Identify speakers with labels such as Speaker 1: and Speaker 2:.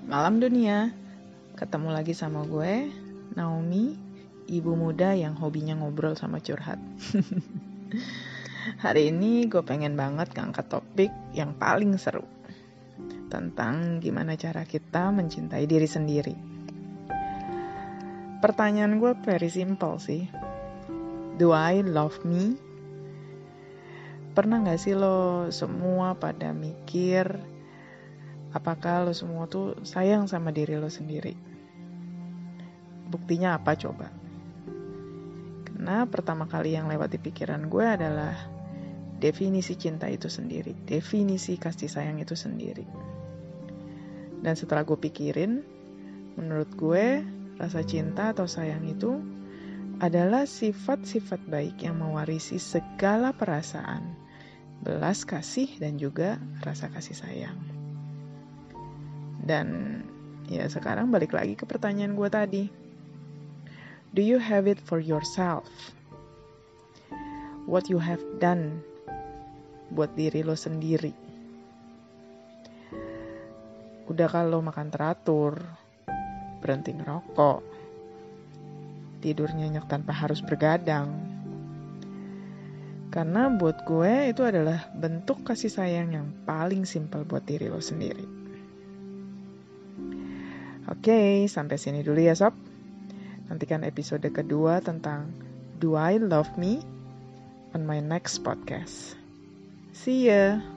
Speaker 1: Malam dunia, ketemu lagi sama gue, Naomi, ibu muda yang hobinya ngobrol sama curhat. Hari ini gue pengen banget ngangkat topik yang paling seru, tentang gimana cara kita mencintai diri sendiri. Pertanyaan gue very simple sih. Do I love me? Pernah gak sih lo semua pada mikir, apakah lo semua tuh sayang sama diri lo sendiri? Buktinya apa coba? Karena pertama kali yang lewat di pikiran gue adalah definisi cinta itu sendiri, definisi kasih sayang itu sendiri. Dan setelah gue pikirin, menurut gue rasa cinta atau sayang itu adalah sifat-sifat baik yang mewarisi segala perasaan, belas kasih dan juga rasa kasih sayang. Dan ya sekarang balik lagi ke pertanyaan gue tadi. Do you have it for yourself? What you have done buat diri lo sendiri? Udah kalau makan teratur, berhenti ngerokok, tidur nyenyak tanpa harus bergadang. Karena buat gue itu adalah bentuk kasih sayang yang paling simpel buat diri lo sendiri. Oke, sampai sini dulu ya sob. Nantikan episode kedua tentang Do I Love Me on my next podcast. See ya!